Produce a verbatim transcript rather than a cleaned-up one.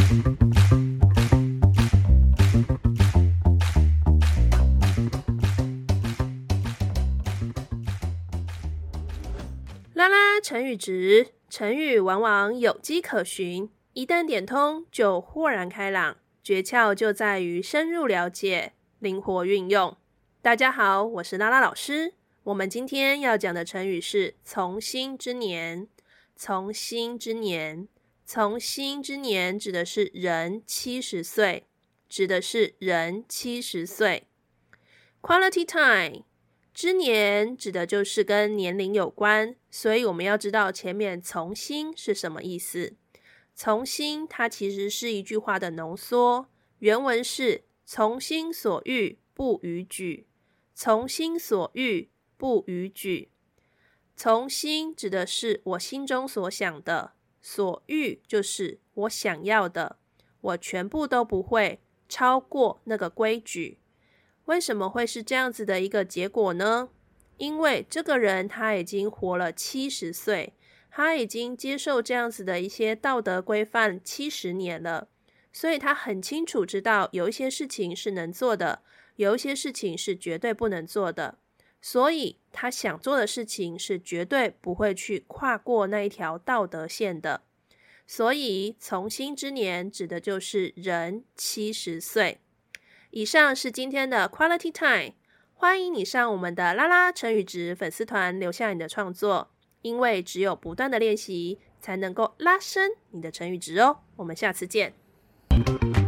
啦啦成语质，成语往往有迹可循，一旦点通就豁然开朗，诀窍就在于深入了解，灵活运用。大家好，我是啦啦老师。我们今天要讲的成语是从心之年。从心之年，从心之年指的是人七十岁，指的是人七十岁。Quality time之年指的就是跟年龄有关，所以我们要知道前面从心是什么意思。从心它其实是一句话的浓缩，原文是从心所欲不逾矩，从心所欲不逾矩。从心指的是我心中所想的，所欲就是我想要的，我全部都不会超过那个规矩。为什么会是这样子的一个结果呢？因为这个人他已经活了七十岁，他已经接受这样子的一些道德规范七十年了，所以他很清楚知道有一些事情是能做的，有一些事情是绝对不能做的，所以他想做的事情是绝对不会去跨过那一条道德线的。所以从心之年指的就是人七十岁。以上是今天的 Quality Time， 欢迎你上我们的啦啦成语质粉丝团留下你的创作，因为只有不断的练习才能够拉升你的成语质哦。我们下次见。